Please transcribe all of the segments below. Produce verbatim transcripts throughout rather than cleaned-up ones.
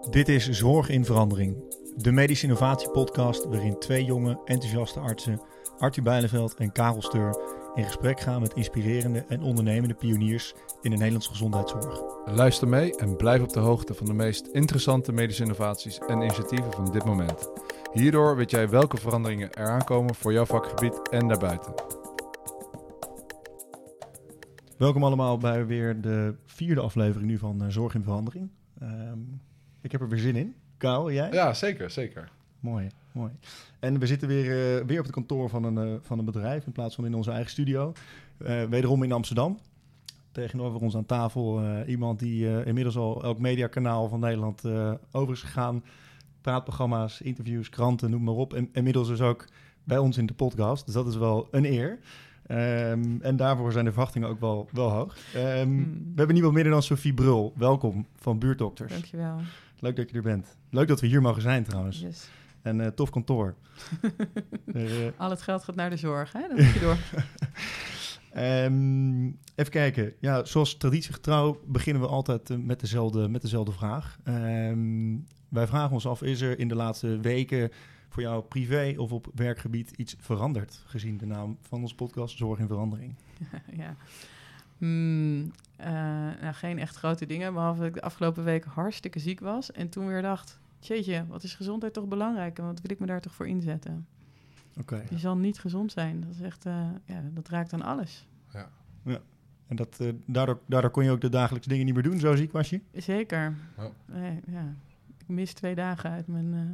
Dit is Zorg in Verandering, de medische innovatiepodcast waarin twee jonge, enthousiaste artsen, Arthur Bijleveld en Karel Steur, in gesprek gaan met inspirerende en ondernemende pioniers in de Nederlandse gezondheidszorg. Luister mee en blijf op de hoogte van de meest interessante medische innovaties en initiatieven van dit moment. Hierdoor weet jij welke veranderingen er aankomen voor jouw vakgebied en daarbuiten. Welkom allemaal bij weer de vierde aflevering nu van uh, Zorg in Verandering. Um, ik heb er weer zin in. Karel, jij? Ja, zeker, zeker. Mooi, mooi. En we zitten weer, uh, weer op het kantoor van een, uh, van een bedrijf in plaats van in onze eigen studio. Uh, wederom in Amsterdam. Tegenover ons aan tafel uh, iemand die uh, inmiddels al elk mediakanaal van Nederland uh, over is gegaan. Praatprogramma's, interviews, kranten, noem maar op. En inmiddels dus ook bij ons in de podcast. Dus dat is wel een eer. Um, en daarvoor zijn de verwachtingen ook wel, wel hoog. Um, mm. We hebben niemand minder dan Sophie Brul. Welkom van Buurtdokters. Dankjewel. Leuk dat je er bent. Leuk dat we hier mogen zijn trouwens. Yes. En uh, tof kantoor. er, uh... Al het geld gaat naar de zorg, hè? Dat moet je door. um, even kijken. Ja, zoals traditiegetrouw beginnen we altijd uh, met, dezelfde, met dezelfde vraag. Um, wij vragen ons af, is er in de laatste weken voor jou privé of op werkgebied iets veranderd, gezien de naam van onze podcast Zorg in Verandering? ja, mm, uh, nou, geen echt grote dingen, behalve dat ik de afgelopen week hartstikke ziek was en toen weer dacht, jeetje, wat is gezondheid toch belangrijk en wat wil ik me daar toch voor inzetten? Okay. Je zal niet gezond zijn, dat is echt, uh, ja, dat raakt aan alles. Ja. Ja. En dat, uh, daardoor, daardoor kon je ook de dagelijkse dingen niet meer doen, zo ziek was je? Zeker. Oh. Nee, ja. Ik mis twee dagen uit mijn... Uh,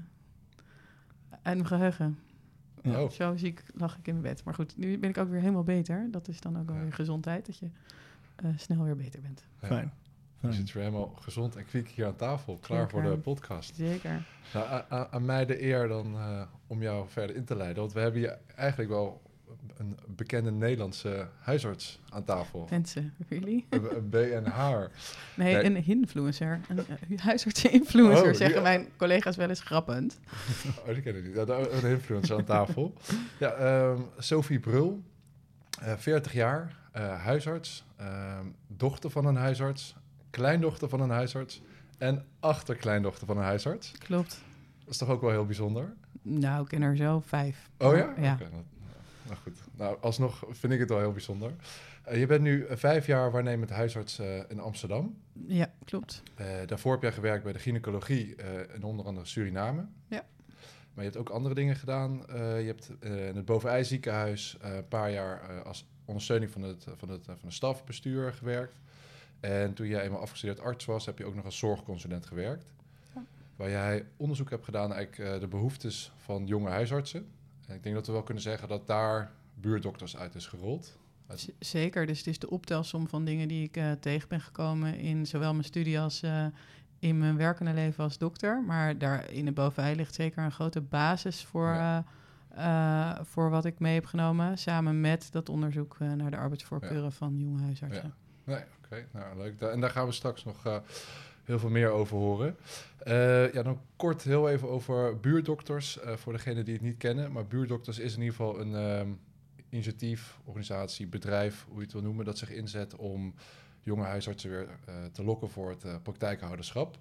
uit mijn geheugen. Oh. Zo ziek lag ik in mijn bed. Maar goed, nu ben ik ook weer helemaal beter. Dat is dan ook wel ja. weer gezondheid, dat je uh, snel weer beter bent. Ja. Fijn. Je zit weer helemaal gezond en kwiek hier aan tafel, klaar Zeker. voor de podcast. Zeker. Nou, a- a- aan mij de eer dan uh, om jou verder in te leiden. Want we hebben hier eigenlijk wel een bekende Nederlandse huisarts aan tafel. Mensen, really? Een, een B N H. Nee, nee, een influencer. Een uh, huisartsen-influencer, oh, zeggen ja. mijn collega's wel eens grappend. Oh, die ken ik niet. Ja, een influencer aan tafel. Ja, um, Sophie Brul, uh, veertig jaar, uh, huisarts, uh, dochter van een huisarts, kleindochter van een huisarts en achterkleindochter van een huisarts. Klopt. Dat is toch ook wel heel bijzonder? Nou, ik ken er zo vijf. Oh ja? Ja. Okay, nou, nou goed. Nou, alsnog vind ik het wel heel bijzonder. Uh, je bent nu uh, vijf jaar waarnemend huisarts uh, in Amsterdam. Ja, klopt. Uh, daarvoor heb jij gewerkt bij de gynaecologie uh, in onder andere Suriname. Ja. Maar je hebt ook andere dingen gedaan. Uh, je hebt uh, in het Bovenij ziekenhuis uh, een paar jaar uh, als ondersteuning van het, van het, uh, van het stafbestuur gewerkt. En toen jij eenmaal afgestudeerd arts was, heb je ook nog als zorgconsulent gewerkt. Ja. Waar jij onderzoek hebt gedaan naar uh, de behoeftes van jonge huisartsen. En ik denk dat we wel kunnen zeggen dat daar buurtdokters uit is gerold. Z- Zeker, dus het is de optelsom van dingen die ik uh, tegen ben gekomen in zowel mijn studie als uh, in mijn werkende leven als dokter. Maar daar in het bovenij ligt zeker een grote basis voor, ja. uh, uh, voor wat ik mee heb genomen. Samen met dat onderzoek uh, naar de arbeidsvoorkeuren ja. van jonge huisartsen. Ja. Nee, oké, okay. nou leuk. Da- en daar gaan we straks nog uh, heel veel meer over horen. Uh, ja, dan kort heel even over buurtdokters, uh, voor degenen die het niet kennen. Maar buurtdokters is in ieder geval een um, initiatief, organisatie, bedrijf, hoe je het wil noemen, dat zich inzet om jonge huisartsen weer uh, te lokken voor het uh, praktijkhouderschap.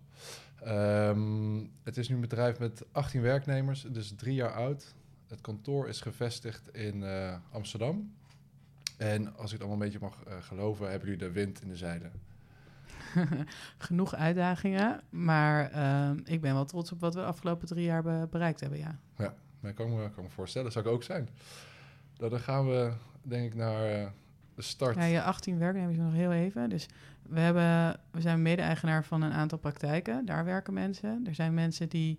Um, het is nu een bedrijf met achttien werknemers, dus drie jaar oud. Het kantoor is gevestigd in uh, Amsterdam. En als ik het allemaal een beetje mag uh, geloven, hebben jullie de wind in de zeilen. Genoeg uitdagingen, maar uh, ik ben wel trots op wat we de afgelopen drie jaar be- bereikt hebben, ja. Ja, dat kan me, kan me voorstellen. Dat zou ik ook zijn. Nou, dan gaan we, denk ik, naar uh, de start. Ja, je achttien werknemers nog heel even. Dus we, hebben, we zijn mede-eigenaar van een aantal praktijken. Daar werken mensen. Er zijn mensen die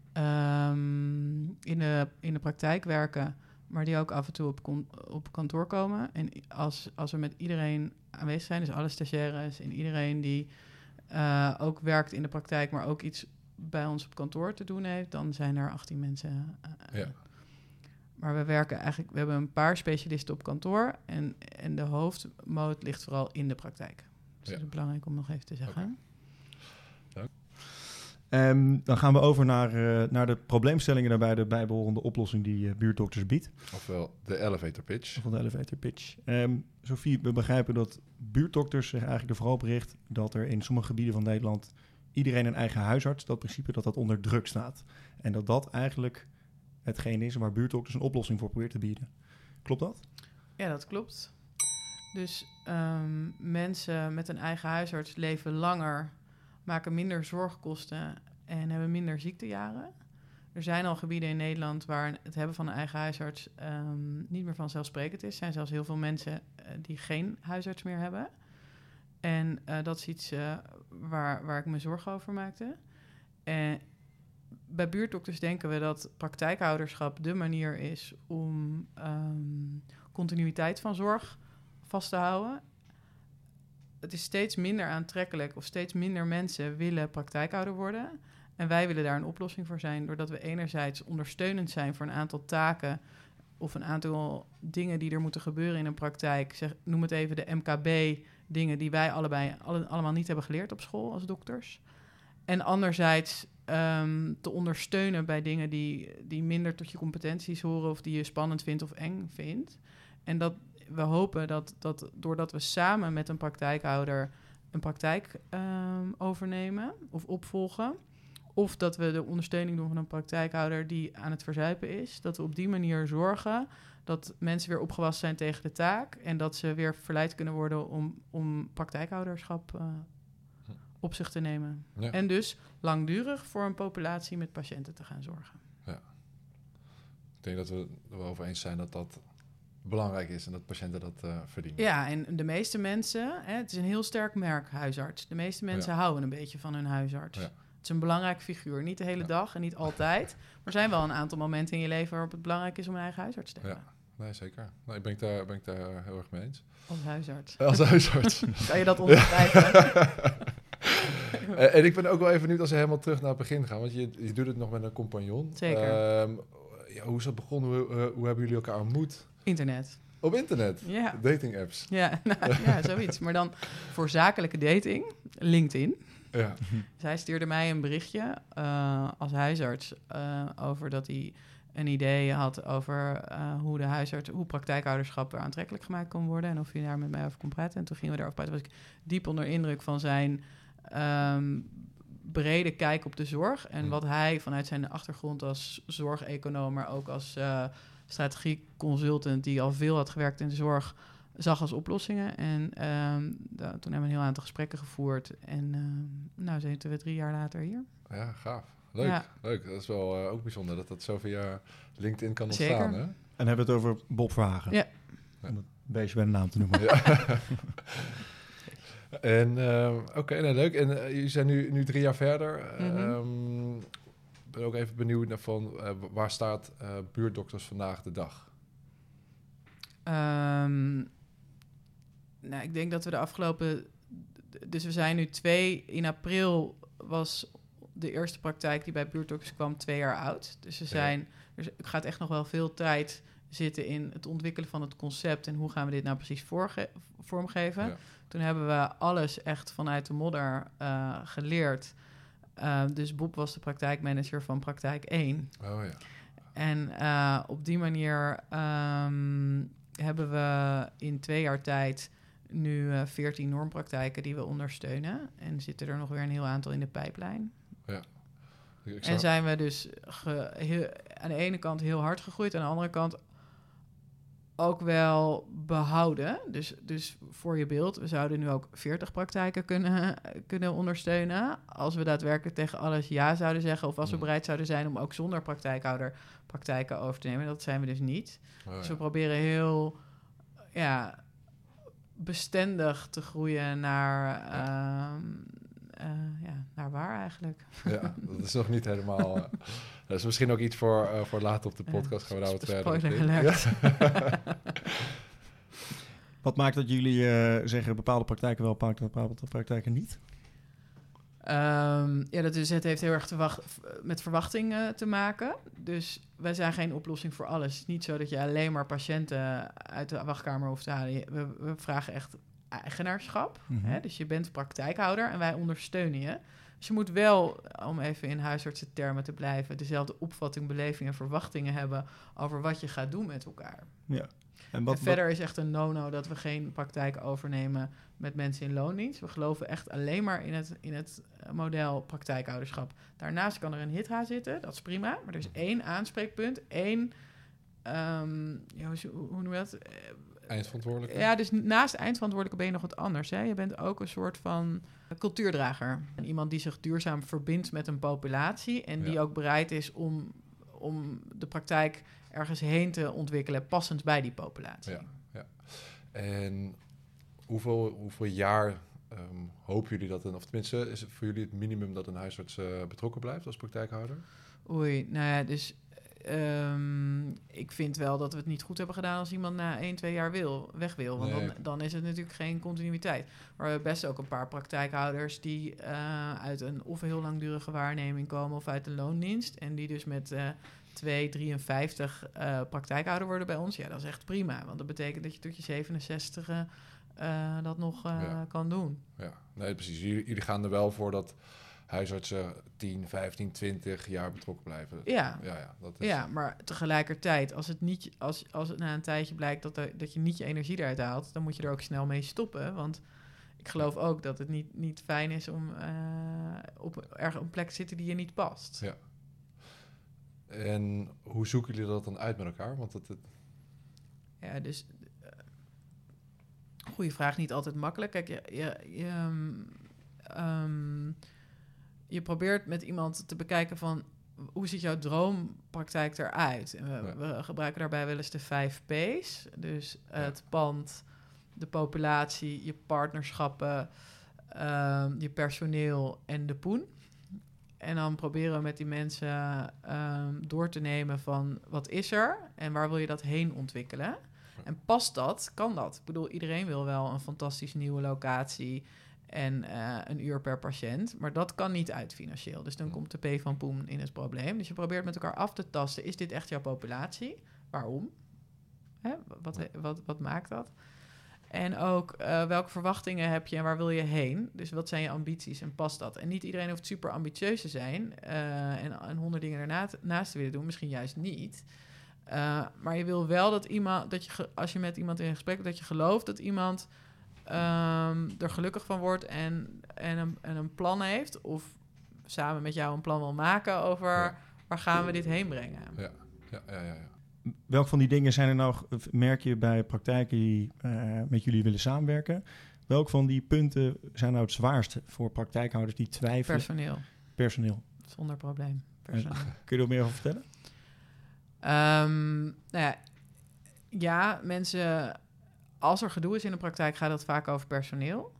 um, in, de, in de praktijk werken, maar die ook af en toe op, kon, op kantoor komen. En als, als we met iedereen aanwezig zijn, dus alle stagiaires en iedereen die uh, ook werkt in de praktijk, maar ook iets bij ons op kantoor te doen heeft, dan zijn er achttien mensen. Uh, ja. Maar we werken eigenlijk, we hebben een paar specialisten op kantoor en, en de hoofdmoot ligt vooral in de praktijk. Dus ja. Dat is belangrijk om nog even te zeggen. Okay. Um, dan gaan we over naar, uh, naar de probleemstellingen daarbij de bijbehorende oplossing die uh, buurtdokters biedt. Ofwel de elevator pitch. Ofwel de elevator pitch. Um, Sophie, we begrijpen dat buurtdokters zich eigenlijk er vooral op richt dat er in sommige gebieden van Nederland iedereen een eigen huisarts, dat principe dat dat onder druk staat. En dat dat eigenlijk hetgeen is waar buurtdokters een oplossing voor probeert te bieden. Klopt dat? Ja, dat klopt. Dus um, mensen met een eigen huisarts leven langer, maken minder zorgkosten en hebben minder ziektejaren. Er zijn al gebieden in Nederland waar het hebben van een eigen huisarts um, niet meer vanzelfsprekend is. Er zijn zelfs heel veel mensen uh, die geen huisarts meer hebben. En uh, dat is iets uh, waar, waar ik me zorgen over maakte. En bij buurtdokters denken we dat praktijkhouderschap de manier is om um, continuïteit van zorg vast te houden. Het is steeds minder aantrekkelijk of steeds minder mensen willen praktijkhouder worden. En wij willen daar een oplossing voor zijn, doordat we enerzijds ondersteunend zijn voor een aantal taken of een aantal dingen die er moeten gebeuren in een praktijk. Zeg, noem het even de M K B-dingen die wij allebei alle, allemaal niet hebben geleerd op school als dokters. En anderzijds um, te ondersteunen bij dingen die, die minder tot je competenties horen of die je spannend vindt of eng vindt. En dat we hopen dat, dat doordat we samen met een praktijkhouder een praktijk um, overnemen of opvolgen, of dat we de ondersteuning doen van een praktijkhouder die aan het verzuipen is, dat we op die manier zorgen dat mensen weer opgewassen zijn tegen de taak en dat ze weer verleid kunnen worden om, om praktijkhouderschap uh, op zich te nemen. Ja. En dus langdurig voor een populatie met patiënten te gaan zorgen. Ja. Ik denk dat we er wel over eens zijn dat dat belangrijk is en dat patiënten dat uh, verdienen. Ja, en de meeste mensen, hè, het is een heel sterk merk, huisarts. De meeste mensen Ja. houden een beetje van hun huisarts. Ja. Het is een belangrijk figuur. Niet de hele Ja. dag en niet altijd. Maar er zijn wel een aantal momenten in je leven waarop het belangrijk is om een eigen huisarts te hebben. Ja, nee, zeker. Nee, ik ben ik daar, ben ik daar heel erg mee eens. Als huisarts. Als huisarts. Kan je dat onderschrijven? en, en ik ben ook wel even benieuwd als we helemaal terug naar het begin gaan. Want je, je doet het nog met een compagnon. Zeker. Um, ja, hoe is dat begonnen? Hoe, uh, hoe hebben jullie elkaar ontmoet? Internet. Op internet? Ja. Dating apps? Ja, nou, ja, zoiets. Maar dan voor zakelijke dating, LinkedIn. Ja. Zij stuurde mij een berichtje uh, als huisarts uh, over dat hij een idee had over uh, hoe de huisarts, hoe praktijkhouderschap weer aantrekkelijk gemaakt kon worden en of hij daar met mij over kon praten. En toen gingen we daarover praten. Was ik diep onder indruk van zijn um, brede kijk op de zorg en wat hij vanuit zijn achtergrond als zorgeconoom, maar ook als uh, strategieconsultant die al veel had gewerkt in de zorg, zag als oplossingen. En um, da- toen hebben we een heel aantal gesprekken gevoerd. En uh, nou zitten we drie jaar later hier. Ja, gaaf. Leuk, Ja. leuk. Dat is wel uh, ook bijzonder dat dat zo via LinkedIn kan Zeker. ontstaan. Hè? En hebben we het over Bob Verhagen. Ja. Om het beestje bij de naam te noemen. Ja. en uh, oké, okay, nou, leuk. En uh, jullie zijn nu, nu drie jaar verder. Mhm. Um, ik ben ook even benieuwd naar van uh, waar staat uh, buurtdokters vandaag de dag? Um, nou, ik denk dat we de afgelopen... Dus we zijn nu twee... In april was de eerste praktijk die bij buurtdokters kwam twee jaar oud. Dus we zijn... Er gaat echt nog wel veel tijd zitten in het ontwikkelen van het concept en hoe gaan we dit nou precies voorge- vormgeven. Ja. Toen hebben we alles echt vanuit de modder uh, geleerd. Uh, dus Bob was de praktijkmanager van praktijk één. Oh ja. En uh, op die manier um, hebben we in twee jaar tijd nu uh, veertien normpraktijken die we ondersteunen. En zitten er nog weer een heel aantal in de pijplijn. Ja. Zou... En zijn we dus ge, heel, aan de ene kant heel hard gegroeid, aan de andere kant ook wel behouden. Dus, dus voor je beeld, we zouden nu ook veertig praktijken kunnen, kunnen ondersteunen. Als we daadwerkelijk tegen alles ja zouden zeggen, of als we bereid zouden zijn om ook zonder praktijkhouder praktijken over te nemen. Dat zijn we dus niet. Oh, dus we ja. proberen heel ja, bestendig te groeien naar... Ja. Um, Uh, ja, naar waar eigenlijk. Ja, dat is nog niet helemaal... Uh, dat is misschien ook iets voor, uh, voor later op de podcast. Gaan we daar wat verder spoiler alert. Ja. Wat maakt dat jullie uh, zeggen bepaalde praktijken wel, bepaalde praktijken niet? Um, ja, dat is, het heeft heel erg te wacht, met verwachtingen uh, te maken. Dus wij zijn geen oplossing voor alles. Het is niet zo dat je alleen maar patiënten uit de wachtkamer hoeft te halen. We, we vragen echt... eigenaarschap. Mm-hmm. Hè? Dus je bent praktijkhouder en wij ondersteunen je. Dus je moet wel, om even in huisartsentermen te blijven, dezelfde opvatting, beleving en verwachtingen hebben over wat je gaat doen met elkaar. Ja. En, wat, en verder wat... is echt een no-no dat we geen praktijk overnemen met mensen in loondienst. We geloven echt alleen maar in het, in het model praktijkouderschap. Daarnaast kan er een H I T H zitten, dat is prima. Maar er is één aanspreekpunt, één... Um, ja, hoe, hoe noem je dat? Eindverantwoordelijke? Ja, dus naast eindverantwoordelijke ben je nog wat anders. Hè? Je bent ook een soort van cultuurdrager. En iemand die zich duurzaam verbindt met een populatie... en die ja. ook bereid is om, om de praktijk ergens heen te ontwikkelen... passend bij die populatie. Ja, ja. En hoeveel, hoeveel jaar um, hopen jullie dat... een, of tenminste, is het voor jullie het minimum... dat een huisarts uh, betrokken blijft als praktijkhouder? Oei, nou ja, dus... Um, ik vind wel dat we het niet goed hebben gedaan als iemand na één, twee jaar wil, weg wil. Want nee. dan, dan is het natuurlijk geen continuïteit. Maar we hebben best ook een paar praktijkhouders die uh, uit een of heel langdurige waarneming komen of uit de loondienst. En die dus met uh, twee, drieënvijftig uh, praktijkhouder worden bij ons. Ja, dat is echt prima. Want dat betekent dat je tot je zevenenzestig uh, dat nog uh, ja. kan doen. Ja, nee, precies. Jullie, jullie gaan er wel voor dat... huisartsen tien, vijftien, twintig jaar betrokken blijven. Ja, ja, ja, dat is... ja, maar tegelijkertijd, als het, niet, als, als het na een tijdje blijkt dat, er, dat je niet je energie eruit haalt, dan moet je er ook snel mee stoppen. Want ik geloof ook dat het niet, niet fijn is om uh, op erg een plek te zitten die je niet past. Ja. En hoe zoeken jullie dat dan uit met elkaar? Want het, het... Ja, dus... Uh, goeie vraag, niet altijd makkelijk. Kijk, je... je, je um, um, je probeert met iemand te bekijken van... hoe ziet jouw droompraktijk eruit? En we, ja. we gebruiken daarbij wel eens de vijf P's. Dus ja. het pand, de populatie, je partnerschappen... Um, je personeel en de poen. En dan proberen we met die mensen um, door te nemen van... wat is er en waar wil je dat heen ontwikkelen? Ja. En past dat? Kan dat? Ik bedoel, iedereen wil wel een fantastisch nieuwe locatie... en uh, een uur per patiënt. Maar dat kan niet uit financieel. Dus dan mm. komt de P van Poen in het probleem. Dus je probeert met elkaar af te tasten. Is dit echt jouw populatie? Waarom? Hè? Wat, wat, wat maakt dat? En ook uh, welke verwachtingen heb je en waar wil je heen? Dus wat zijn je ambities en past dat? En niet iedereen hoeft super ambitieus te zijn... Uh, en, en honderd dingen ernaast te willen doen. Misschien juist niet. Uh, maar je wil wel dat iemand... dat je ge, als je met iemand in gesprek bent... dat je gelooft dat iemand... Um, er gelukkig van wordt en, en, een, en een plan heeft... of samen met jou een plan wil maken over... Ja. waar gaan we dit heen brengen. Ja, ja, ja, ja. ja. Welke van die dingen zijn er nou, merk je bij praktijken die uh, met jullie willen samenwerken? Welke van die punten zijn nou het zwaarst voor praktijkhouders die twijfelen? Personeel. Personeel. Zonder probleem. Personeel. Uh, kun je er meer over vertellen? Um, nou ja, ja, mensen... Als er gedoe is in de praktijk, gaat het vaak over personeel.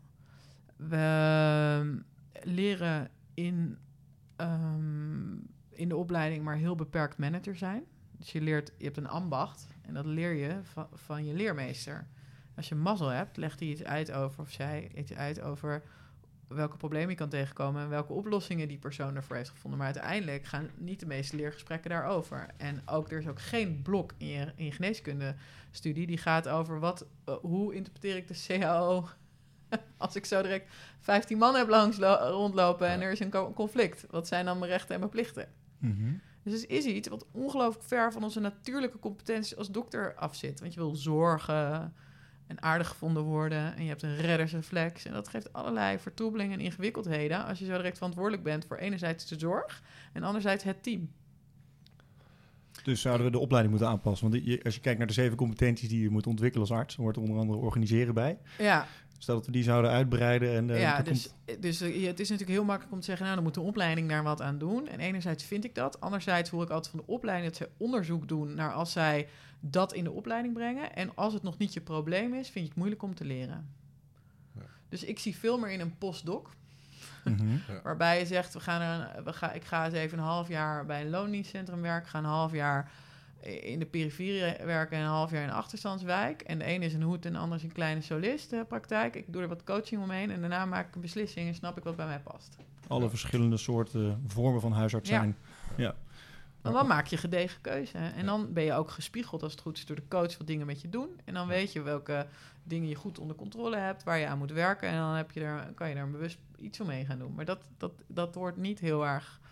We leren in, um, in de opleiding maar heel beperkt manager zijn. Dus je leert, je hebt een ambacht en dat leer je van, van je leermeester. Als je mazzel hebt, legt hij iets uit over, of zij iets uit over welke problemen je kan tegenkomen en welke oplossingen die persoon ervoor heeft gevonden. Maar uiteindelijk gaan niet de meeste leergesprekken daarover. En ook, er is ook geen blok in je, in je geneeskundestudie die gaat over wat, uh, hoe interpreteer ik de C A O als ik zo direct vijftien man heb langs lo- rondlopen en er is een co- conflict. Wat zijn dan mijn rechten en mijn plichten? Mm-hmm. Dus het is iets wat ongelooflijk ver van onze natuurlijke competenties als dokter afzit. Want je wil zorgen en aardig gevonden worden en je hebt een reddersreflex. En dat geeft allerlei vertroebelingen en ingewikkeldheden als je zo direct verantwoordelijk bent voor enerzijds de zorg en anderzijds het team. Dus zouden we de opleiding moeten aanpassen? Want je, als je kijkt naar de zeven competenties die je moet ontwikkelen als arts, hoort er onder andere organiseren bij. Ja. Stel dat we die zouden uitbreiden. En, uh, ja, dus, komt... dus uh, het is natuurlijk heel makkelijk om te zeggen, nou, dan moet de opleiding daar wat aan doen. En enerzijds vind ik dat. Anderzijds hoor ik altijd van de opleiding dat ze onderzoek doen naar als zij dat in de opleiding brengen. En als het nog niet je probleem is, vind je het moeilijk om te leren. Ja. Dus ik zie veel meer in een postdoc. Mm-hmm. Ja. Waarbij je zegt, we gaan er, we ga, ik ga eens even een half jaar bij een loondienstcentrum werken. Ik ga een half jaar in de periferie werken en een half jaar in een achterstandswijk. En de ene is een hoed en de ander is een kleine solistenpraktijk. Ik doe er wat coaching omheen en daarna maak ik een beslissing en snap ik wat bij mij past. Alle ja. verschillende soorten vormen van huisarts zijn. Ja. ja. Want dan maak je gedegen keuze. En Ja. dan ben je ook gespiegeld, als het goed is, door de coach wat dingen met je doen. En dan Ja. weet je welke dingen je goed onder controle hebt, waar je aan moet werken. En dan heb je er, kan je daar bewust iets omheen gaan doen. Maar dat, dat, dat hoort niet heel erg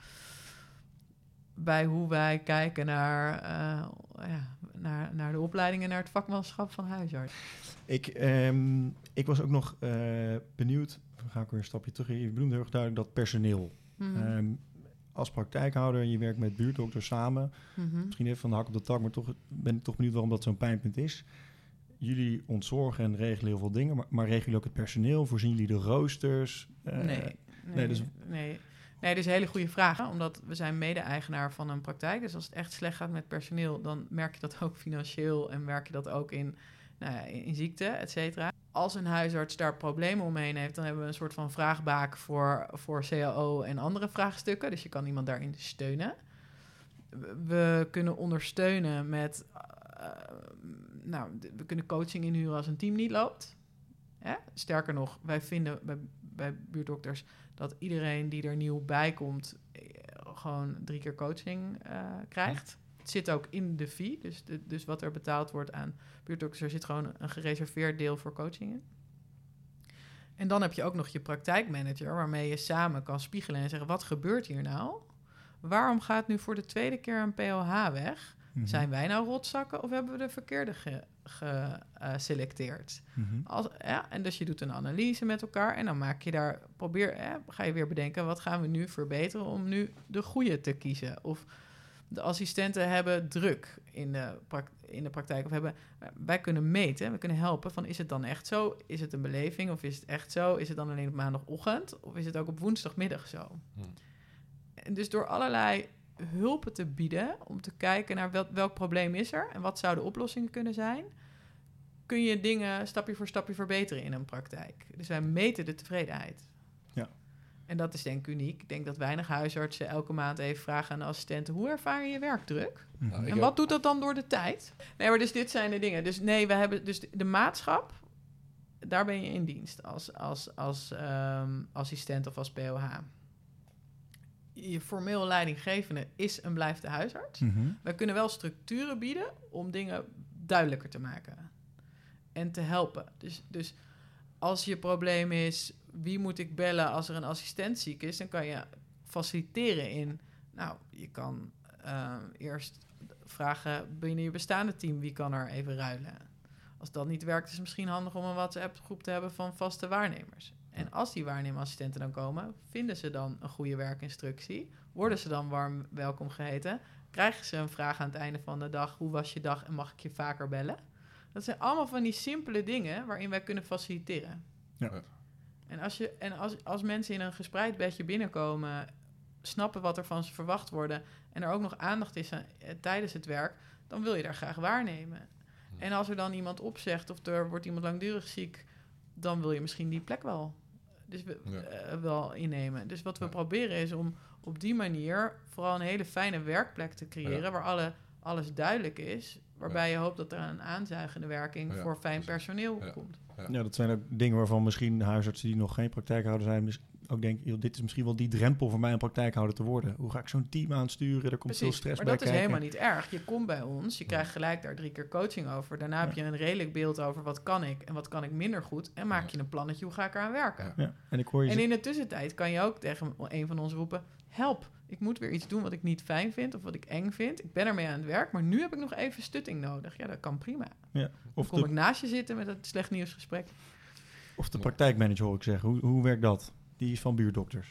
bij hoe wij kijken naar, uh, ja, naar, naar de opleiding en naar het vakmanschap van huisarts. Ik, ehm, ik was ook nog uh, benieuwd, dan ga ik weer een stapje terug. Je benoemde heel erg duidelijk dat personeel. Mm-hmm. Um, als praktijkhouder, je werkt met buurtdokters samen. Mm-hmm. Misschien even van de hak op de tak, maar toch ben ik toch benieuwd waarom dat zo'n pijnpunt is. Jullie ontzorgen en regelen heel veel dingen, maar, maar regelen jullie ook het personeel? Voorzien jullie de roosters? Uh, nee, nee, nee, dus... nee. Nee, dat is een hele goede vraag. Omdat we zijn mede-eigenaar van een praktijk. Dus als het echt slecht gaat met personeel, dan merk je dat ook financieel en merk je dat ook in, nou ja, in, in ziekte, et cetera. Als een huisarts daar problemen omheen heeft, dan hebben we een soort van vraagbaak voor, voor C A O en andere vraagstukken. Dus je kan iemand daarin steunen. We kunnen ondersteunen met, uh, nou, we kunnen coaching inhuren als een team niet loopt. Hè? Sterker nog, wij vinden bij, bij buurtdokters dat iedereen die er nieuw bij komt, eh, gewoon drie keer coaching uh, krijgt. Het zit ook in de fee, dus, de, dus wat er betaald wordt aan buurtdokters, er zit gewoon een gereserveerd deel voor coaching in. En dan heb je ook nog je praktijkmanager, waarmee je samen kan spiegelen en zeggen, wat gebeurt hier nou? Waarom gaat nu voor de tweede keer een P O H weg? Mm-hmm. Zijn wij nou rotzakken of hebben we de verkeerde geselecteerd? Ge, uh, mm-hmm. Als, ja, en dus je doet een analyse met elkaar en dan maak je daar, probeer, eh, ga je weer bedenken, wat gaan we nu verbeteren om nu de goede te kiezen? Of de assistenten hebben druk in de, pra- in de praktijk. Of hebben, wij kunnen meten, we kunnen helpen van, is het dan echt zo? Is het een beleving of is het echt zo? Is het dan alleen op maandagochtend of is het ook op woensdagmiddag zo? Hmm. En dus door allerlei hulpen te bieden om te kijken naar wel, welk probleem is er en wat zouden oplossingen kunnen zijn, kun je dingen stapje voor stapje verbeteren in een praktijk. Dus wij meten de tevredenheid. Ja. En dat is denk ik uniek. Ik denk dat weinig huisartsen elke maand even vragen aan de assistenten, hoe ervaar je je werkdruk? Nou, en heb... wat doet dat dan door de tijd? Nee, maar dus dit zijn de dingen. Dus nee, we hebben dus de, de maatschap, daar ben je in dienst als, als, als um, assistent of als P O H. Je formeel leidinggevende is en blijft de huisarts. Mm-hmm. Wij kunnen wel structuren bieden om dingen duidelijker te maken en te helpen. Dus, dus als je probleem is, wie moet ik bellen als er een assistent ziek is, dan kan je faciliteren in, nou, je kan uh, eerst vragen binnen je bestaande team, wie kan er even ruilen. Als dat niet werkt, is het misschien handig om een WhatsApp-groep te hebben van vaste waarnemers. En als die waarnemassistenten dan komen, vinden ze dan een goede werkinstructie? Worden ze dan warm welkom geheten? Krijgen ze een vraag aan het einde van de dag, hoe was je dag en mag ik je vaker bellen? Dat zijn allemaal van die simpele dingen waarin wij kunnen faciliteren. Ja. En, als, je, en als, als mensen in een gespreid bedje binnenkomen, snappen wat er van ze verwacht wordt en er ook nog aandacht is aan, eh, tijdens het werk, dan wil je daar graag waarnemen. Hm. En als er dan iemand opzegt of er wordt iemand langdurig ziek, dan wil je misschien die plek wel, dus we, ja. uh, wel innemen. Dus wat we ja. proberen is om op die manier vooral een hele fijne werkplek te creëren, ja. waar alle, alles duidelijk is, waarbij ja. je hoopt dat er een aanzuigende werking ja. voor fijn personeel ja. komt. Ja. ja, dat zijn ook dingen waarvan misschien huisartsen die nog geen praktijkhouder zijn, ook denken, joh, dit is misschien wel die drempel voor mij een praktijkhouder te worden. Hoe ga ik zo'n team aansturen? Er komt Precies, veel stress maar bij dat kijken. is helemaal niet erg. Je komt bij ons, je krijgt gelijk daar drie keer coaching over. Daarna ja. heb je een redelijk beeld over wat kan ik en wat kan ik minder goed. En maak je een plannetje, hoe ga ik eraan werken? Ja. En, ik hoor je en in de tussentijd kan je ook tegen een van ons roepen, help, ik moet weer iets doen wat ik niet fijn vind of wat ik eng vind. Ik ben ermee aan het werk, maar nu heb ik nog even stutting nodig. Ja, dat kan prima. Ja. Of dan kom de... ik naast je zitten met het slecht nieuwsgesprek. Of de praktijkmanager hoor ik zeggen. Hoe, hoe werkt dat? Die is van buurtdokters.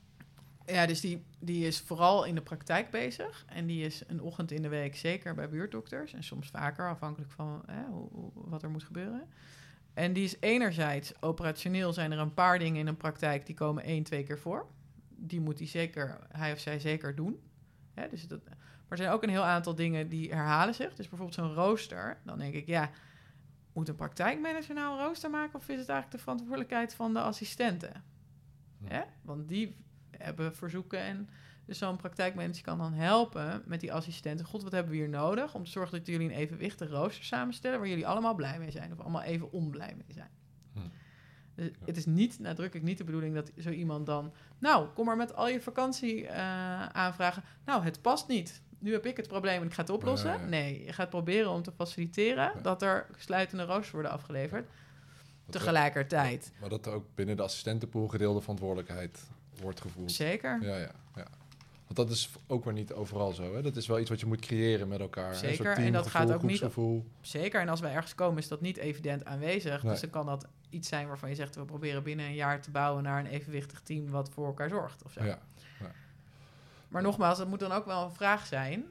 Ja, dus die, die is vooral in de praktijk bezig. En die is een ochtend in de week zeker bij buurtdokters. En soms vaker, afhankelijk van hè, hoe, hoe, wat er moet gebeuren. En die is enerzijds, operationeel zijn er een paar dingen in een praktijk die komen één, twee keer voor. Die moet hij, zeker, hij of zij zeker doen. Hè, dus dat, maar er zijn ook een heel aantal dingen die herhalen zich. Dus bijvoorbeeld zo'n rooster. Dan denk ik, ja, moet een praktijkmanager nou een rooster maken of is het eigenlijk de verantwoordelijkheid van de assistenten? Ja, want die hebben verzoeken en dus zo'n praktijkmanager kan dan helpen met die assistenten. God, wat hebben we hier nodig om te zorgen dat jullie een evenwichtig rooster samenstellen waar jullie allemaal blij mee zijn of allemaal even onblij mee zijn. Hm. Dus ja. Het is niet, nadrukkelijk niet de bedoeling dat zo iemand dan, nou, kom maar met al je vakantie uh, aanvragen. Nou, het past niet. nu heb ik het probleem en ik ga het oplossen. Ja, ja. Nee, je gaat proberen om te faciliteren Ja. dat er sluitende roosters worden afgeleverd. Dat Tegelijkertijd. Maar dat er ook binnen de assistentenpool gedeelde verantwoordelijkheid wordt gevoeld. Zeker. Ja, ja, ja. Want dat is ook weer niet overal zo. Hè? Dat is wel iets wat je moet creëren met elkaar. Zeker, Een soort en dat teamgevoel, gaat ook niet- groepsgevoel. Zeker. En als wij ergens komen, is dat niet evident aanwezig. Nee. Dus dan kan dat iets zijn waarvan je zegt, we proberen binnen een jaar te bouwen naar een evenwichtig team wat voor elkaar zorgt. Of zo. Ja. Maar nogmaals, dat moet dan ook wel een vraag zijn.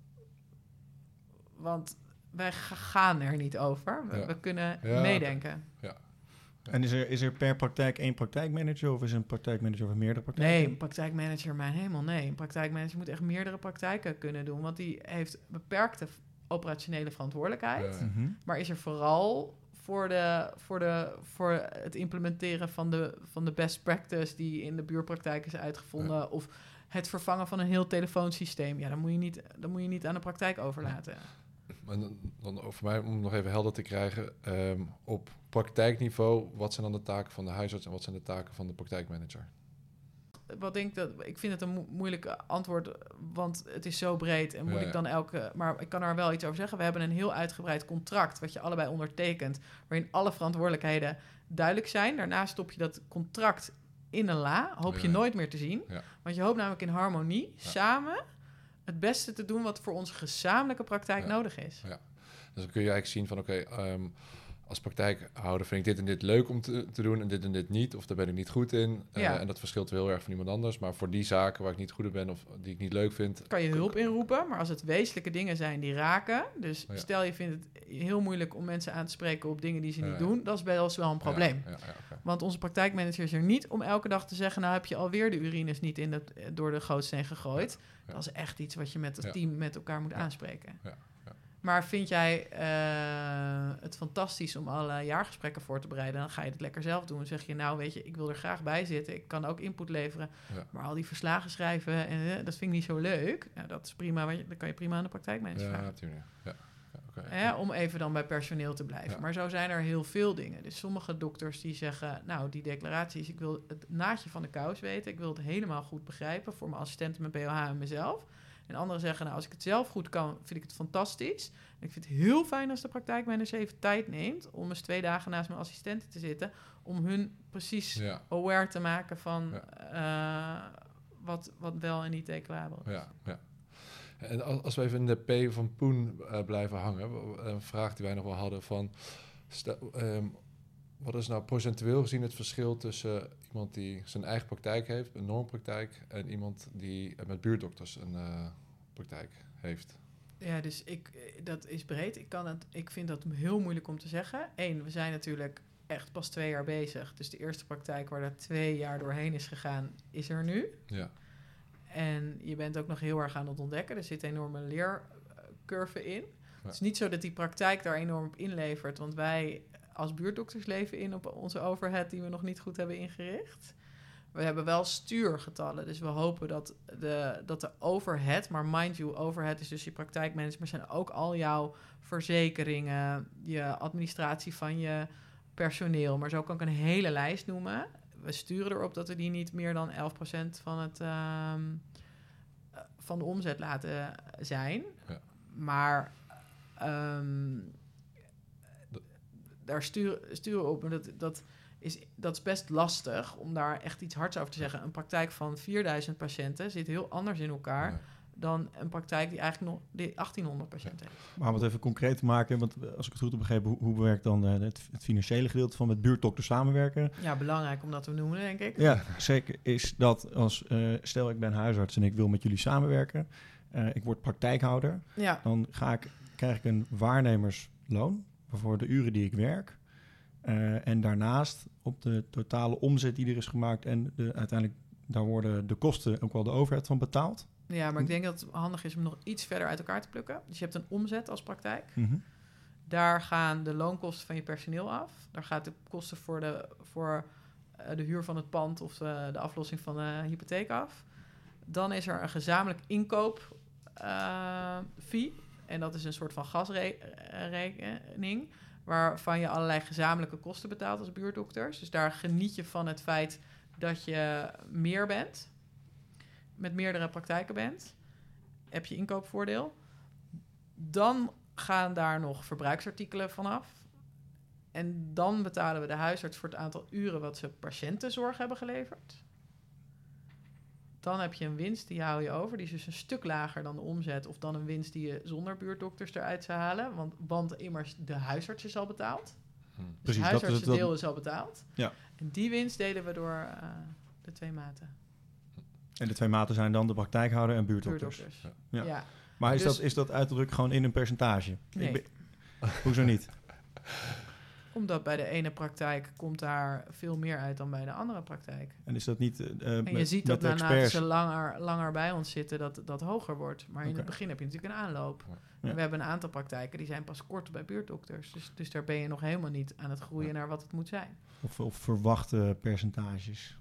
Want wij ga- gaan er niet over. We, Ja. we kunnen Ja, meedenken. En is er, is er per praktijk één praktijkmanager of is een praktijkmanager over meerdere praktijken? Nee, een praktijkmanager, mijn hemel, nee. Een praktijkmanager moet echt meerdere praktijken kunnen doen. Want die heeft beperkte f- operationele verantwoordelijkheid. Ja. Mhm. Maar is er vooral voor, de, voor, de, voor het implementeren van de, van de best practice die in de buurpraktijk is uitgevonden. Ja. Of het vervangen van een heel telefoonsysteem. Ja, dan moet je niet, dan moet je niet aan de praktijk overlaten. En dan, dan voor mij, om het nog even helder te krijgen, ehm, op praktijkniveau, wat zijn dan de taken van de huisarts en wat zijn de taken van de praktijkmanager? Wat denk dat, ik vind het een mo- moeilijk antwoord, want het is zo breed en moet Ja, ik ja. dan elke... Maar ik kan er wel iets over zeggen. We hebben een heel uitgebreid contract wat je allebei ondertekent, waarin alle verantwoordelijkheden duidelijk zijn. Daarna stop je dat contract in een la, hoop je Ja. nooit meer te zien. Ja. Want je hoopt namelijk in harmonie, Ja. samen, het beste te doen wat voor onze gezamenlijke praktijk Ja. nodig is. Ja. Dus dan kun je eigenlijk zien van, oké, ehm, als praktijkhouder vind ik dit en dit leuk om te, te doen en dit en dit niet. Of daar ben ik niet goed in. Eh, Ja. En dat verschilt heel erg van iemand anders. Maar voor die zaken waar ik niet goed in ben of die ik niet leuk vind... Kan je hulp inroepen, maar als het wezenlijke dingen zijn die raken... Dus Ja. stel je vindt het heel moeilijk om mensen aan te spreken op dingen die ze Ja, niet ja. doen... dat is wel eens wel een probleem. Ja, ja, ja, oké. Want onze praktijkmanager is er niet om elke dag te zeggen... nou heb je alweer de urines niet in de, door de gootsteen gegooid. ja. Dat is echt iets wat je met het Ja. team met elkaar moet Ja. aanspreken. Ja, ja. Maar vind jij eh, het fantastisch om alle jaargesprekken voor te bereiden... dan ga je het lekker zelf doen. Dan zeg je, nou weet je, ik wil er graag bij zitten. Ik kan ook input leveren. Ja. Maar al die verslagen schrijven, en, eh, dat vind ik niet zo leuk. Nou, dat is prima, want je- dan kan je prima aan de praktijkmanager Ja, vragen. natuurlijk. Ja, ja, oké. Hè, om even dan bij personeel te blijven. Ja. Maar zo zijn er heel veel dingen. Dus sommige dokters die zeggen... nou, die declaraties, ik wil het naadje van de kous weten. Ik wil het helemaal goed begrijpen... voor mijn assistenten, mijn B O H en mezelf. En anderen zeggen, nou, als ik het zelf goed kan... vind ik het fantastisch. En ik vind het heel fijn als de praktijkmanager even tijd neemt... om eens twee dagen naast mijn assistenten te zitten... om hun precies Ja, aware te maken van... eh, wat, wat wel en niet declarabel is. ja, ja. En als, als we even in de P van Poen eh, blijven hangen... w- een vraag die wij nog wel hadden van... stel, ehm, wat is nou procentueel gezien het verschil tussen iemand die zijn eigen praktijk heeft... een normpraktijk... en iemand die eh, met buurtdokters een eh, praktijk heeft? Ja, dus ik, eh, dat is breed. Ik, kan het, ik vind dat heel moeilijk om te zeggen. Eén, we zijn natuurlijk echt pas twee jaar bezig. Dus de eerste praktijk waar dat twee jaar doorheen is gegaan, is er nu. Ja, En je bent ook nog heel erg aan het ontdekken. Er zit een enorme leercurve in. Het is niet zo dat die praktijk daar enorm op inlevert. Want wij als buurtdokters leven in op onze overhead die we nog niet goed hebben ingericht. We hebben wel stuurgetallen. Dus we hopen dat de, dat de overhead, maar mind you, overhead is dus je praktijkmanagement, maar zijn ook al jouw verzekeringen, je administratie van je personeel. Maar zo kan ik een hele lijst noemen. We sturen erop dat we die niet meer dan elf procent van, het, ehm, van de omzet laten zijn. Ja. Maar ehm, Dat- daar sturen, sturen op. Maar dat, dat, is, dat is best lastig om daar echt iets hards over te zeggen. Een praktijk van vierduizend patiënten zit heel anders in elkaar... ja. dan een praktijk die eigenlijk nog die achttienhonderd patiënten heeft. Maar om het even concreet te maken, want als ik het goed heb begrepen, hoe, hoe werkt dan eh, het, het financiële gedeelte van met buurtdokter samenwerken? Ja, belangrijk om dat te noemen, denk ik. Ja, zeker is dat als, eh, stel ik ben huisarts en ik wil met jullie samenwerken, eh, ik word praktijkhouder, Ja, dan ga ik, krijg ik een waarnemersloon voor de uren die ik werk. Eh, en daarnaast op de totale omzet die er is gemaakt en de, uiteindelijk daar worden de kosten, ook wel de overheid van betaald. ja, maar ik denk dat het handig is om nog iets verder uit elkaar te plukken. Dus je hebt een omzet als praktijk. Mhm. Daar gaan de loonkosten van je personeel af. Daar gaat de kosten voor de, voor, eh, de huur van het pand of de, de aflossing van de hypotheek af. Dan is er een gezamenlijk inkoop eh, fee. En dat is een soort van gasrekening... waarvan je allerlei gezamenlijke kosten betaalt als buurtdokters. Dus daar geniet je van het feit dat je meer bent... met meerdere praktijken bent. heb je inkoopvoordeel. Dan gaan daar nog verbruiksartikelen vanaf. En dan betalen we de huisarts voor het aantal uren wat ze patiëntenzorg hebben geleverd. Dan heb je een winst, die hou je over. Die is dus een stuk lager dan de omzet. Of dan een winst die je zonder buurtdokters eruit zou halen. Want, want immers de huisarts is al betaald. Hm. Dus Precies, het dat is het huisartsdeel dan. is al betaald. Ja. En die winst delen we door uh, de twee maten. En de twee maten zijn dan de praktijkhouder en buurtdokters. Buurtdokters. Ja. Ja. Maar is, Dus- dat, is dat uitdruk gewoon in een percentage? Nee. Ik ben- hoezo niet? Omdat bij de ene praktijk komt daar veel meer uit dan bij de andere praktijk. En is dat niet uh, En met, je ziet met dat de naarmate experts? ze langer, langer bij ons zitten, dat dat hoger wordt. Maar in Oké. het begin heb je natuurlijk een aanloop. Ja. En we hebben een aantal praktijken die zijn pas kort bij buurtdokters. Dus, dus daar ben je nog helemaal niet aan het groeien Ja. naar wat het moet zijn. Of, of verwachte percentages?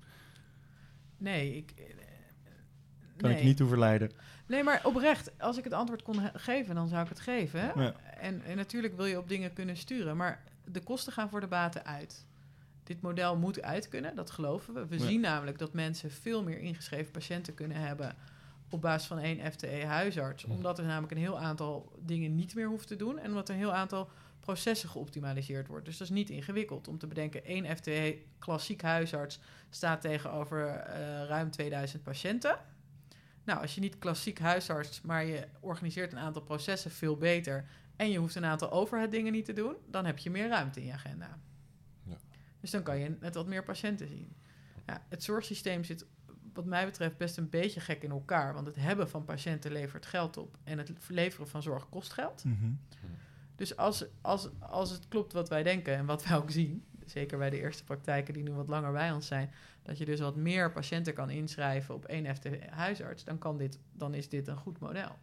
Nee, ik... eh, Kan nee. ik je niet toe verleiden? Nee, maar oprecht, als ik het antwoord kon he- geven, dan zou ik het geven. Hè? Ja. En, en natuurlijk wil je op dingen kunnen sturen, maar de kosten gaan voor de baten uit. Dit model moet uit kunnen, dat geloven we. We Ja. zien namelijk dat mensen veel meer ingeschreven patiënten kunnen hebben op basis van één F T E-huisarts. Ja. Omdat er namelijk een heel aantal dingen niet meer hoeft te doen en omdat er een heel aantal processen geoptimaliseerd wordt. Dus dat is niet ingewikkeld om te bedenken. één F T E klassiek huisarts staat tegenover uh, ruim tweeduizend patiënten. Nou, als je niet klassiek huisarts, maar je organiseert een aantal processen veel beter en je hoeft een aantal overhead dingen niet te doen, dan heb je meer ruimte in je agenda. Ja. Dus dan kan je net wat meer patiënten zien. Ja, het zorgsysteem zit wat mij betreft best een beetje gek in elkaar, want het hebben van patiënten levert geld op en het leveren van zorg kost geld. Mhm. Dus als, als, als het klopt wat wij denken en wat wij ook zien, zeker bij de eerste praktijken die nu wat langer bij ons zijn, dat je dus wat meer patiënten kan inschrijven op één F T E-huisarts, dan, kan dit, dan is dit een goed model.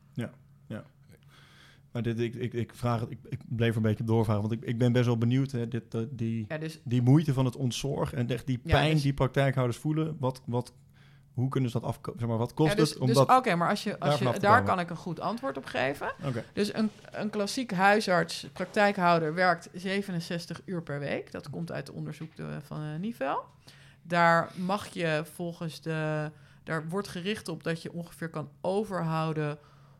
Maar dit, ik, ik, ik, vraag het, ik, ik bleef er een beetje op doorvragen, want ik, ik ben best wel benieuwd. Hè, dit, uh, die, Ja, dus die moeite van het ontzorg en echt die Ja, pijn dus- die praktijkhouders voelen, wat, wat, hoe kunnen ze dat afkomen? Zeg maar, wat kost ja, dus, het? Om dus dat... oké, maar als je, als daar je, vanaf te daar komen. kan ik een goed antwoord op geven. Oké. Dus een, een klassiek huisarts, praktijkhouder, werkt zevenenzestig uur per week. Dat komt uit het onderzoek de, van uh, Nivel. Daar mag je volgens de... Daar wordt gericht op dat je ongeveer kan overhouden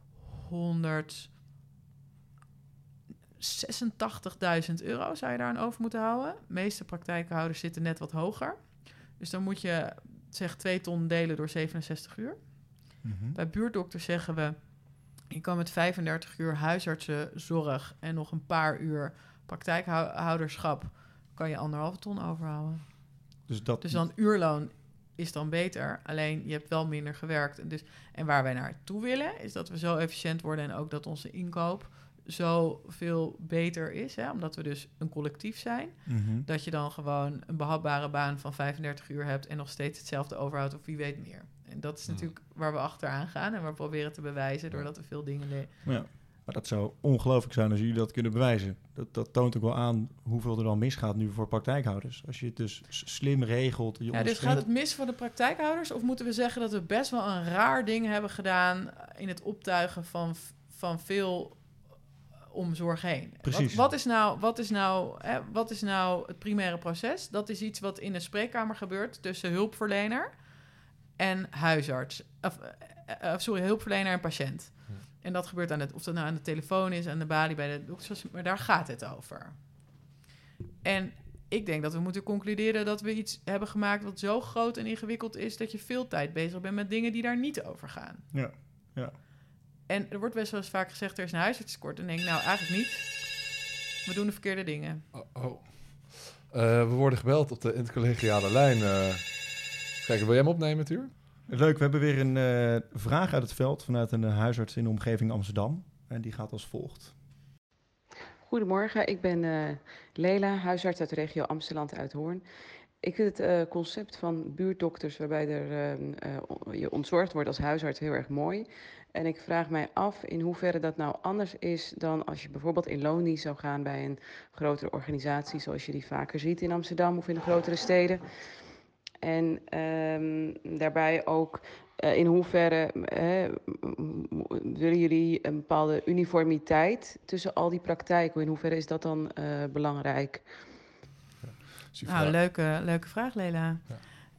honderdzesentachtigduizend euro zou je daar aan over moeten houden. De meeste praktijkhouders zitten net wat hoger. Dus dan moet je, zeg, twee ton delen door zevenenzestig uur. Mhm. Bij buurtdokters zeggen we, je kan met vijfendertig uur huisartsenzorg en nog een paar uur praktijkhouderschap, kan je anderhalve ton overhouden. Dus dat... Dus dan uurloon is dan beter, alleen je hebt wel minder gewerkt. En, dus, en waar wij naartoe willen, is dat we zo efficiënt worden en ook dat onze inkoop zo veel beter is, hè, omdat we dus een collectief zijn, Mhm. dat je dan gewoon een behapbare baan van vijfendertig uur hebt en nog steeds hetzelfde overhoudt of wie weet meer. En dat is Hmm. natuurlijk waar we achteraan gaan en waar we proberen te bewijzen doordat we veel dingen... Le- Ja. Maar dat zou ongelooflijk zijn als jullie dat kunnen bewijzen. Dat, dat toont ook wel aan hoeveel er dan misgaat nu voor praktijkhouders. Als je het dus s- slim regelt. Je Ja, dus ondersteunt- gaat het mis voor de praktijkhouders of moeten we zeggen dat we best wel een raar ding hebben gedaan in het optuigen van, van veel om zorg heen? Precies. Wat, wat is nou, wat is nou, hè, wat is nou het primaire proces? Dat is iets wat in een spreekkamer gebeurt tussen hulpverlener en huisarts. Of, uh, uh, sorry, hulpverlener en patiënt. Ja. En dat gebeurt aan het, of dat nou aan de telefoon is, aan de balie bij de dokters, maar daar gaat het over. En ik denk dat we moeten concluderen dat we iets hebben gemaakt wat zo groot en ingewikkeld is dat je veel tijd bezig bent met dingen die daar niet over gaan. Ja, ja. En er wordt best wel eens vaak gezegd, er is een huisartstekort. En dan denk ik, nou, eigenlijk niet. We doen de verkeerde dingen. Oh, oh. Uh, we worden gebeld op de intercollegiale lijn. Uh, kijk, wil jij hem opnemen, Tuur? Leuk, we hebben weer een uh, vraag uit het veld vanuit een uh, huisarts in de omgeving Amsterdam. En die gaat als volgt. Goedemorgen, ik ben uh, Lela, huisarts uit de regio Amsterdam-Uithoorn. Ik vind het uh, concept van buurtdokters waarbij er, uh, uh, je ontzorgd wordt als huisarts heel erg mooi. En ik vraag mij af in hoeverre dat nou anders is dan als je bijvoorbeeld in loondienst zou gaan bij een grotere organisatie, zoals je die vaker ziet in Amsterdam of in de grotere steden. En um, daarbij ook uh, in hoeverre uh, willen jullie een bepaalde uniformiteit tussen al die praktijken? In hoeverre is dat dan uh, belangrijk? Nou, leuke, leuke vraag, Lela.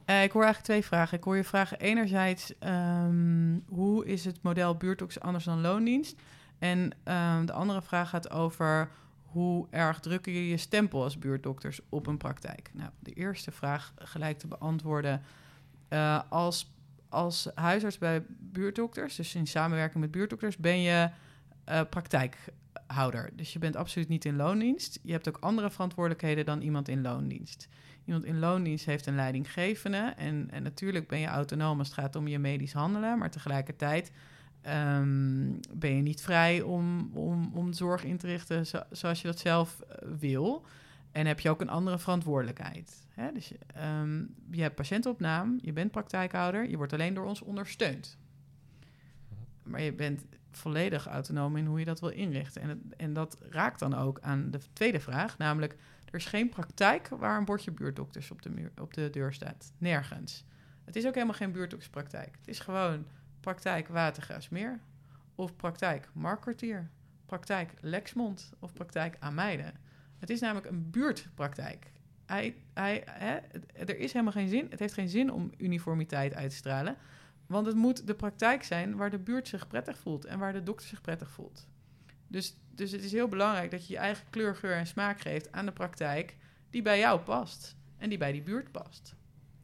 Uh, ik hoor eigenlijk twee vragen. Ik hoor je vragen enerzijds, um, hoe is het model buurtdokters anders dan loondienst? En um, de andere vraag gaat over hoe erg drukken je je stempel als buurtdokters op een praktijk? Nou, de eerste vraag gelijk te beantwoorden. Uh, als, als huisarts bij buurtdokters, dus in samenwerking met buurtdokters, ben je uh, praktijkhouder. Dus je bent absoluut niet in loondienst. Je hebt ook andere verantwoordelijkheden dan iemand in loondienst. Iemand in loondienst heeft een leidinggevende. En, en natuurlijk ben je autonoom als het gaat om je medisch handelen. Maar tegelijkertijd um, ben je niet vrij om, om, om de zorg in te richten zo, zoals je dat zelf uh, wil. En heb je ook een andere verantwoordelijkheid. Hè? Dus je, um, je hebt patiëntenopname, je bent praktijkhouder. Je wordt alleen door ons ondersteund. Maar je bent volledig autonoom in hoe je dat wil inrichten. En, het, en dat raakt dan ook aan de tweede vraag, namelijk, er is geen praktijk waar een bordje buurtdokters op de, muur, op de deur staat. Nergens. Het is ook helemaal geen buurtdokterspraktijk. Het is gewoon praktijk Watergraafsmeer of praktijk Markkwartier, praktijk Lexmond of praktijk Ameide. Het is namelijk een buurtpraktijk. Hij, hij, hè, er is helemaal geen zin. Het heeft geen zin om uniformiteit uit te stralen. Want het moet de praktijk zijn waar de buurt zich prettig voelt en waar de dokter zich prettig voelt. Dus, dus het is heel belangrijk dat je je eigen kleur, geur en smaak geeft aan de praktijk die bij jou past en die bij die buurt past.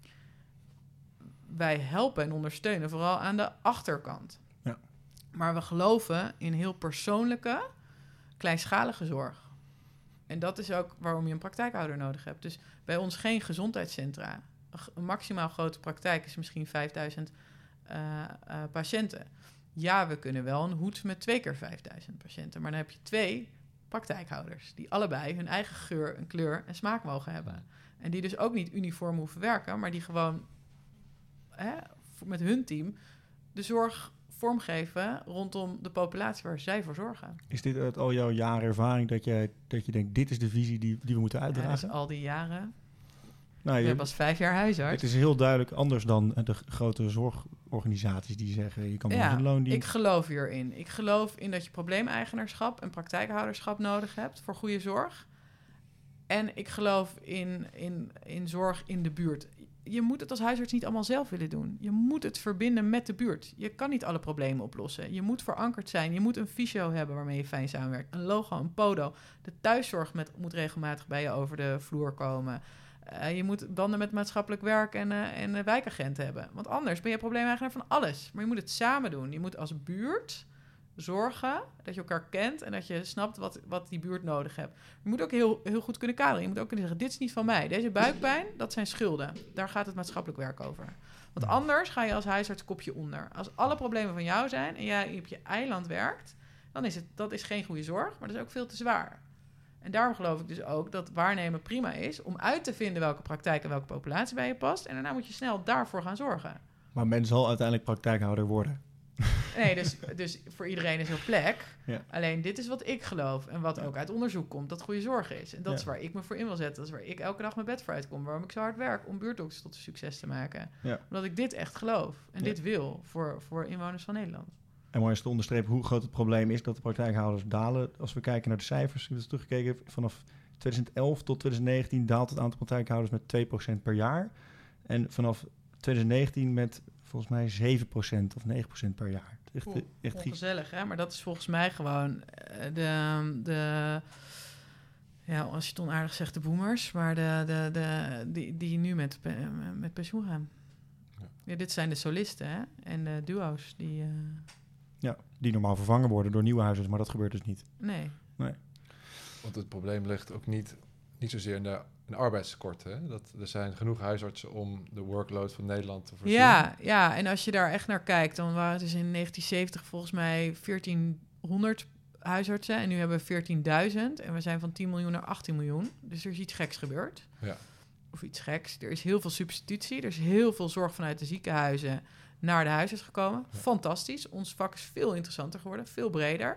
Wij helpen en ondersteunen vooral aan de achterkant. Ja. Maar we geloven in heel persoonlijke, kleinschalige zorg. En dat is ook waarom je een praktijkhouder nodig hebt. Dus bij ons geen gezondheidscentra. Een maximaal grote praktijk is misschien vijfduizend uh, uh, patiënten. Ja, we kunnen wel een hoed met twee keer vijfduizend patiënten. Maar dan heb je twee praktijkhouders die allebei hun eigen geur en kleur en smaak mogen hebben. En die dus ook niet uniform hoeven werken, maar die gewoon hè, met hun team de zorg vormgeven rondom de populatie waar zij voor zorgen. Is dit uit al jouw jaren ervaring dat je, dat je denkt, dit is de visie die, die we moeten Ja, uitdragen? dus al die jaren. Nou, Ik je, ben pas vijf jaar huisarts. het is heel duidelijk anders dan de grote zorgorganisaties die zeggen, je kan Ja, een loondienst. ik geloof hierin. Ik geloof in dat je probleemeigenaarschap en praktijkhouderschap nodig hebt voor goede zorg. En ik geloof in, in, in zorg in de buurt. Je moet het als huisarts niet allemaal zelf willen doen. Je moet het verbinden met de buurt. Je kan niet alle problemen oplossen. Je moet verankerd zijn. Je moet een fysio hebben waarmee je fijn samenwerkt. Een logo, een podo. De thuiszorg met, moet regelmatig bij je over de vloer komen. Uh, je moet banden met maatschappelijk werk en, uh, en uh, wijkagenten hebben. Want anders ben je probleemeigenaar van alles. Maar je moet het samen doen. Je moet als buurt zorgen dat je elkaar kent en dat je snapt wat, wat die buurt nodig hebt. Je moet ook heel, heel goed kunnen kaderen. Je moet ook kunnen zeggen, dit is niet van mij. Deze buikpijn, dat zijn schulden. Daar gaat het maatschappelijk werk over. Want anders ga je als huisarts kopje onder. Als alle problemen van jou zijn en jij op je eiland werkt, dan is het, dat is geen goede zorg, maar dat is ook veel te zwaar. En daarom geloof ik dus ook dat waarnemen prima is om uit te vinden welke praktijk en welke populatie bij je past. En daarna moet je snel daarvoor gaan zorgen. Maar men zal uiteindelijk praktijkhouder worden. Nee, dus, dus voor iedereen is er plek. Ja. Alleen dit is wat ik geloof en wat Ja. ook uit onderzoek komt, dat goede zorg is. En dat Ja. is waar ik me voor in wil zetten. Dat is waar ik elke dag mijn bed voor uitkom. Waarom ik zo hard werk om buurtdokters tot een succes te maken. Ja. Omdat ik dit echt geloof en Ja. dit wil voor, voor inwoners van Nederland. En mooi is te onderstrepen hoe groot het probleem is dat de praktijkhouders dalen. Als we kijken naar de cijfers, ik heb eens teruggekeken, vanaf twintig elf tot twintig negentien daalt het aantal praktijkhouders met twee procent per jaar. En vanaf twintig negentien met volgens mij zeven procent of negen procent per jaar. Echt, Cool. echt gigantisch. Ongezellig, hè? Maar dat is volgens mij gewoon eh, de, de... Ja, als je het onaardig zegt, de boomers. Maar de, de, de, die, die nu met, pe- met pensioen gaan. Ja. Ja, dit zijn de solisten, hè? En de duo's die... Uh, Ja, die normaal vervangen worden door nieuwe huisartsen, maar dat gebeurt dus niet. nee. Want het probleem ligt ook niet, niet zozeer in de, in de arbeidstekort. Hè? Dat, er zijn genoeg huisartsen om de workload van Nederland te voorzien. Ja, ja, en als je daar echt naar kijkt, dan waren het dus in negentien zeventig volgens mij veertienhonderd huisartsen. En nu hebben we veertienduizend. En we zijn van tien miljoen naar achttien miljoen. Dus er is iets geks gebeurd. Ja. Of iets geks. Er is heel veel substitutie. Er is heel veel zorg vanuit de ziekenhuizen naar de huisarts gekomen. Ja. Fantastisch. Ons vak is veel interessanter geworden. Veel breder.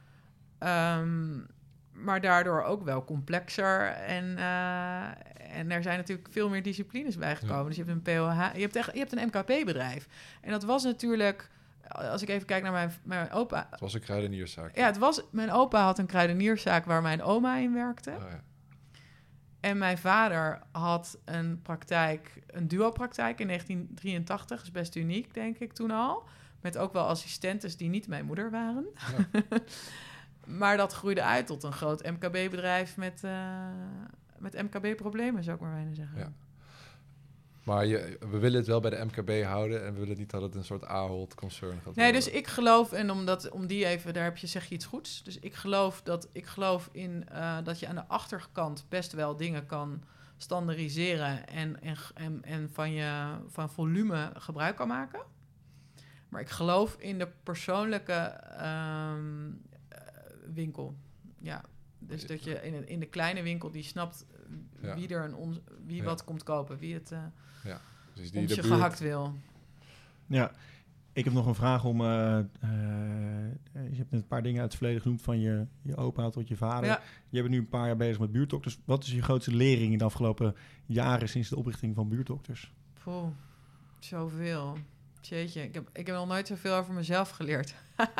Um, maar daardoor ook wel complexer. En, uh, en er zijn natuurlijk veel meer disciplines bijgekomen. Ja. Dus je hebt een P O H, je hebt, echt, je hebt een M K P-bedrijf. En dat was natuurlijk, als ik even kijk naar mijn, mijn opa. Het was een kruidenierszaak. Ja, het was, mijn opa had een kruidenierszaak waar mijn oma in werkte. Oh, ja. En mijn vader had een praktijk, een duo-praktijk in negentien drieëntachtig. Dat is best uniek, denk ik, toen al. Met ook wel assistentes die niet mijn moeder waren. Ja. Maar dat groeide uit tot een groot M K B-bedrijf met, uh, met M K B-problemen, zou ik maar bijna zeggen. Ja. Maar je, we willen het wel bij de M K B houden en we willen niet dat het een soort Ahold-concern gaat Nee, worden. dus ik geloof, en omdat, om die even, daar heb je, zeg je iets goeds. Dus ik geloof, dat, ik geloof in uh, dat je aan de achterkant best wel dingen kan standaardiseren en, en, en, en van je van volume gebruik kan maken. Maar ik geloof in de persoonlijke um, winkel. Ja, dus dat je in, in de kleine winkel die snapt ja. wie er een on, wie ja. wat komt kopen, wie het uh, ja. dus die om de je buurt... gehakt wil. Ja, ik heb nog een vraag om... Uh, uh, je hebt een paar dingen uit het verleden genoemd, van je, je opa tot je vader. Ja. Je bent nu een paar jaar bezig met buurtdokters. Wat is je grootste lering in de afgelopen jaren sinds de oprichting van buurtdokters? Poeh, zoveel. Jeetje, ik heb, ik heb nog nooit zoveel over mezelf geleerd.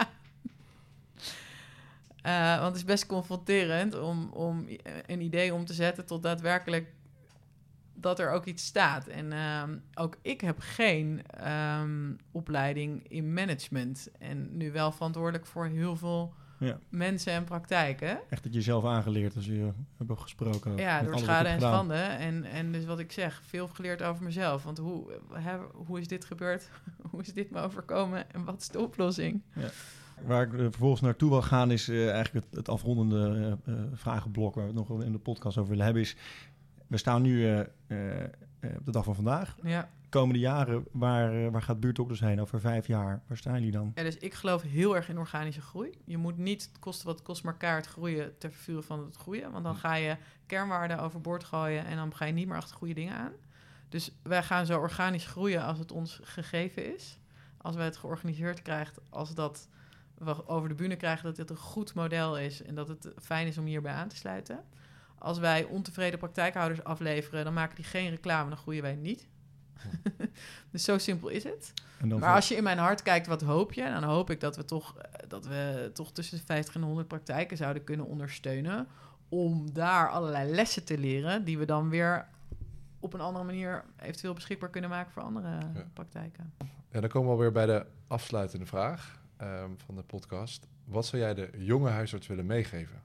Uh, want het is best confronterend om, om een idee om te zetten tot daadwerkelijk dat er ook iets staat. En uh, ook ik heb geen um, opleiding in management. En nu wel verantwoordelijk voor heel veel ja. mensen en praktijken. Echt dat je zelf aangeleerd als je hebt gesproken. Ja, door schade en schande. En, en dus wat ik zeg, veel geleerd over mezelf. Want hoe, hè, hoe is dit gebeurd? Hoe is dit me overkomen? En wat is de oplossing? Ja. Waar ik uh, vervolgens naartoe wil gaan is uh, eigenlijk het, het afrondende uh, uh, vragenblok waar we het nog in de podcast over willen hebben is, we staan nu uh, uh, op de dag van vandaag. Ja. Komende jaren, waar, uh, waar gaat buurtdokters heen over vijf jaar? Waar staan jullie dan? Ja, dus ik geloof heel erg in organische groei. Je moet niet kosten wat het kost maar kaart groeien ter vervuren van het groeien. Want dan ga je kernwaarden overboord gooien en dan ga je niet meer achter goede dingen aan. Dus wij gaan zo organisch groeien als het ons gegeven is. Als wij het georganiseerd krijgen, als dat we over de bühne krijgen dat dit een goed model is en dat het fijn is om hierbij aan te sluiten. Als wij ontevreden praktijkhouders afleveren, dan maken die geen reclame, dan groeien wij niet. Dus zo simpel is het. Maar voor... als je in mijn hart kijkt, wat hoop je? Dan hoop ik dat we toch, dat we toch tussen de vijftig en honderd praktijken zouden kunnen ondersteunen om daar allerlei lessen te leren die we dan weer op een andere manier eventueel beschikbaar kunnen maken voor andere ja. praktijken. Ja, dan komen we alweer bij de afsluitende vraag um, van de podcast. Wat zou jij de jonge huisarts willen meegeven?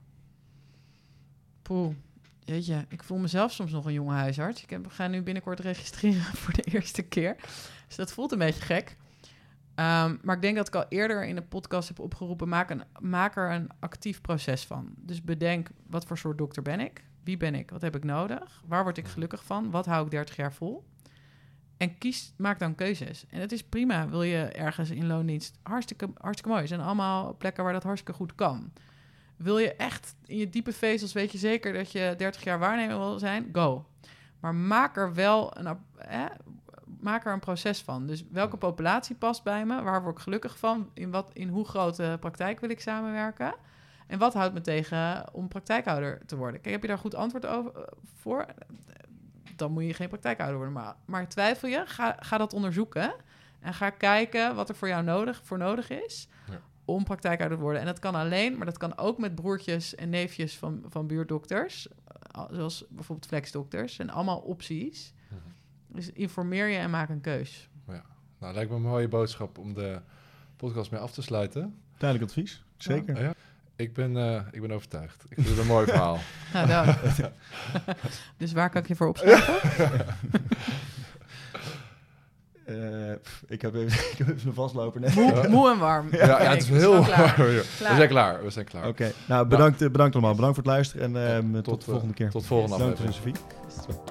Poeh, jeetje, ik voel mezelf soms nog een jonge huisarts. Ik heb, ga nu binnenkort registreren voor de eerste keer. Dus dat voelt een beetje gek. Um, maar ik denk dat ik al eerder in de podcast heb opgeroepen, maak, een, maak er een actief proces van. Dus bedenk, wat voor soort dokter ben ik? Wie ben ik? Wat heb ik nodig? Waar word ik gelukkig van? Wat hou ik dertig jaar vol? En kies, maak dan keuzes. En het is prima, wil je ergens in loondienst. Hartstikke, hartstikke mooi. Er zijn allemaal plekken waar dat hartstikke goed kan. Wil je echt in je diepe vezels, weet je zeker dat je dertig jaar waarnemer wil zijn? Go. Maar maak er wel een, eh, maak er een proces van. Dus welke populatie past bij me? Waar word ik gelukkig van? In, wat, in hoe grote praktijk wil ik samenwerken? En wat houdt me tegen om praktijkhouder te worden? Kijk, heb je daar goed antwoord over, uh, voor? Dan moet je geen praktijkhouder worden. Maar, maar twijfel je? Ga, ga dat onderzoeken. En ga kijken wat er voor jou nodig, voor nodig is ja. om praktijkhouder te worden. En dat kan alleen, maar dat kan ook met broertjes en neefjes van, van buurtdokters. Zoals bijvoorbeeld flexdokters. En allemaal opties. Mm-hmm. Dus informeer je en maak een keus. Ja. Nou, lijkt me een mooie boodschap om de podcast mee af te sluiten. Duidelijk advies, zeker. Ja. Ja. Ik ben, uh, ik ben overtuigd. Ik vind het een mooi verhaal. Nou, dan. Dus waar kan ik je voor opschrijven? uh, ik, heb even, ik heb even een vastloper. Net. Moe, moe en warm. Ja, ja, het is heel warm. We zijn klaar. We zijn klaar. Oké, okay. Nou bedankt, nou. bedankt allemaal. Bedankt voor het luisteren en uh, tot, tot de volgende keer. Tot de volgende aflevering. Bedankt, Sophie.